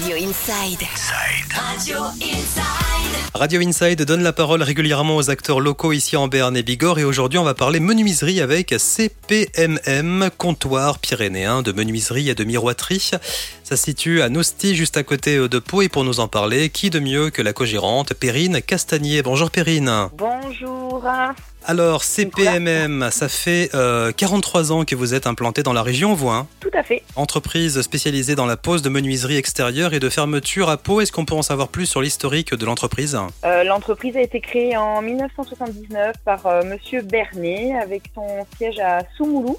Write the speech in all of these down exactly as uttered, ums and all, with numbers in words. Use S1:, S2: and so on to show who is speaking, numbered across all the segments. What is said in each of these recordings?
S1: Radio Inside. Inside. Radio Inside.
S2: Radio Inside donne la parole régulièrement aux acteurs locaux ici en Béarn et Bigorre et aujourd'hui on va parler menuiserie avec C P M M, comptoir pyrénéen de menuiserie et de miroiterie. Ça se situe à Nosty, juste à côté de Pau, et pour nous en parler, qui de mieux que la co-gérante Perrine Castagnier. Bonjour Perrine.
S3: Bonjour.
S2: Alors C P M M, ça fait euh, quarante-trois ans que vous êtes implanté dans la région, vous hein ?
S3: Tout à fait.
S2: Entreprise spécialisée dans la pose de menuiserie extérieure et de fermeture à Pau. Est-ce qu'on peut en savoir plus sur l'historique de l'entreprise ?
S3: euh, L'entreprise a été créée en dix-neuf cent soixante-dix-neuf par euh, Monsieur Bernet avec son siège à Soumoulou.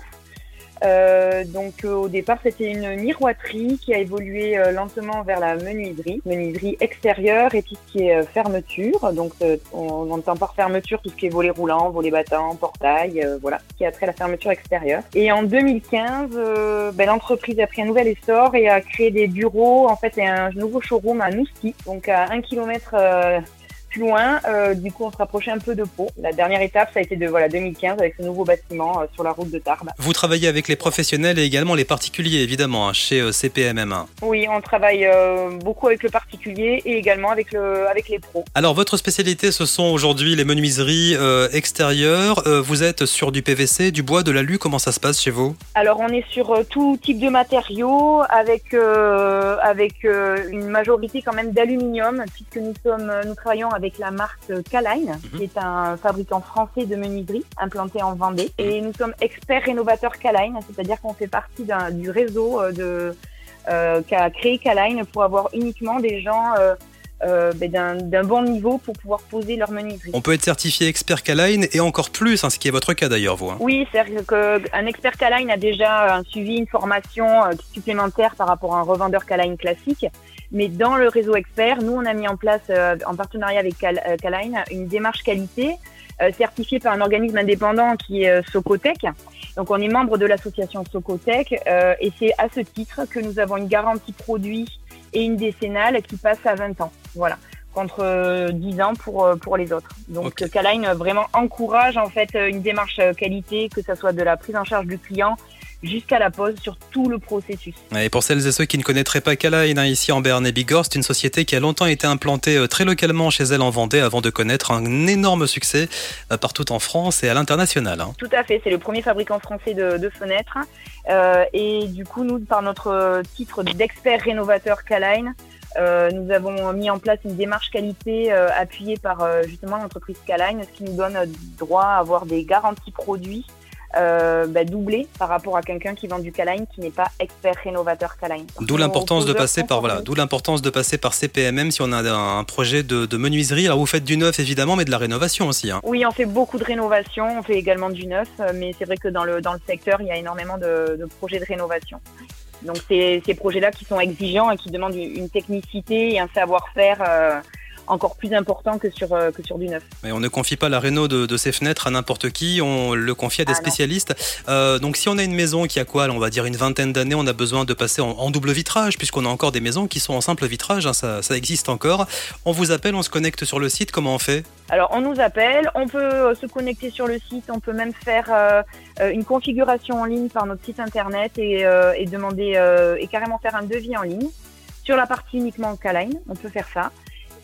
S3: Euh, donc euh, au départ c'était une miroiterie qui a évolué euh, lentement vers la menuiserie, menuiserie extérieure et tout ce qui est euh, fermeture. Donc euh, on, on entend par fermeture tout ce qui est volet roulant, volet battant, portail, euh, voilà, ce qui a trait à la fermeture extérieure. Et en deux mille quinze, euh, ben, l'entreprise a pris un nouvel essor et a créé des bureaux, en fait, et un nouveau showroom à Nosty, donc à un kilomètre euh, plus loin. Euh, du coup, on se rapprochait un peu de Pau. La dernière étape, ça a été de voilà deux mille quinze avec ce nouveau bâtiment euh, sur la route de Tarbes.
S2: Vous travaillez avec les professionnels et également les particuliers, évidemment, hein, chez euh, C P M M.
S3: Oui, on travaille euh, beaucoup avec le particulier et également avec le avec les pros.
S2: Alors, votre spécialité, ce sont aujourd'hui les menuiseries euh, extérieures. Euh, vous êtes sur du P V C, du bois, de l'alu. Comment ça se passe chez vous ?
S3: Alors, on est sur euh, tout type de matériaux avec euh, avec euh, une majorité quand même d'aluminium puisque nous sommes nous travaillons avec avec la marque K-Line, mmh. qui est un fabricant français de menuiserie implanté en Vendée. Et nous sommes experts rénovateurs K-Line, c'est-à-dire qu'on fait partie d'un, du réseau de, euh, qu'a créé K-Line pour avoir uniquement des gens euh, euh, ben d'un, d'un bon niveau pour pouvoir poser leur menuiserie.
S2: On peut être certifié expert K-Line et encore plus, hein, ce qui est votre cas d'ailleurs, vous. Hein.
S3: Oui, c'est-à-dire qu'un expert K-Line a déjà un suivi, une formation euh, supplémentaire par rapport à un revendeur K-Line classique. Mais dans le réseau expert, nous, on a mis en place, euh, en partenariat avec K-Line, une démarche qualité euh, certifiée par un organisme indépendant qui est euh, Socotec. Donc, on est membre de l'association Socotec euh, et c'est à ce titre que nous avons une garantie produit et une décennale qui passe à vingt ans. Voilà, contre euh, dix ans pour euh, pour les autres. Donc, okay. K-Line vraiment encourage en fait une démarche qualité, que ça soit de la prise en charge du client jusqu'à la pose sur tout le processus.
S2: Et pour celles et ceux qui ne connaîtraient pas K-Line, hein, ici en Béarn et Bigorre, c'est une société qui a longtemps été implantée très localement chez elle en Vendée avant de connaître un énorme succès partout en France et à l'international. Hein.
S3: Tout à fait, c'est le premier fabricant français de, de fenêtres. Euh, et du coup, nous, par notre titre d'expert rénovateur K-Line, Euh, nous avons mis en place une démarche qualité euh, appuyée par euh, justement l'entreprise K-Line, ce qui nous donne droit à avoir des garanties produits euh, bah, doublées par rapport à quelqu'un qui vend du K-Line qui n'est pas expert rénovateur K-Line.
S2: D'où l'importance de passer par voilà, d'où l'importance de passer par C P M M si on a un, un projet de, de menuiserie. Alors vous faites du neuf évidemment, mais de la rénovation aussi. Hein.
S3: Oui, on fait beaucoup de rénovation, on fait également du neuf, mais c'est vrai que dans le dans le secteur il y a énormément de, de projets de rénovation. Donc c'est ces projets-là qui sont exigeants et qui demandent une technicité et un savoir-faire euh, encore plus important que sur euh, que sur du neuf.
S2: Mais on ne confie pas la réno de, de ces fenêtres à n'importe qui, on le confie à des ah spécialistes. Euh, donc si on a une maison qui a quoi, on va dire une vingtaine d'années, on a besoin de passer en, en double vitrage, puisqu'on a encore des maisons qui sont en simple vitrage, hein, ça, ça existe encore. On vous appelle, on se connecte sur le site, comment on fait ?
S3: Alors on nous appelle, on peut se connecter sur le site, on peut même faire euh, une configuration en ligne par notre site internet et, euh, et demander euh, et carrément faire un devis en ligne. Sur la partie uniquement K-Line, on peut faire ça.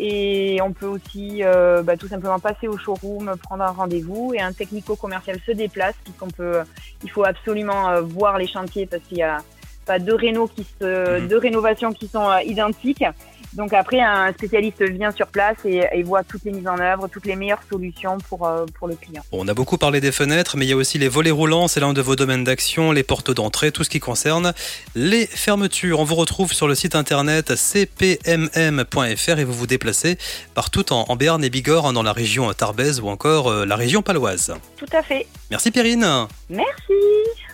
S3: Et on peut aussi euh, bah, tout simplement passer au showroom, prendre un rendez-vous et un technico-commercial se déplace puisqu'on peut, il faut absolument euh, voir les chantiers parce qu'il y a pas deux rénaux qui se, mmh. deux rénovations qui sont euh, identiques. Donc après, un spécialiste vient sur place et, et voit toutes les mises en œuvre, toutes les meilleures solutions pour, euh, pour le client.
S2: Bon, on a beaucoup parlé des fenêtres, mais il y a aussi les volets roulants, c'est l'un de vos domaines d'action, les portes d'entrée, tout ce qui concerne les fermetures. On vous retrouve sur le site internet c p m m point f r et vous vous déplacez partout en, en Béarn et Bigorre, dans la région tarbaise ou encore euh, la région paloise.
S3: Tout à fait.
S2: Merci Perrine.
S3: Merci.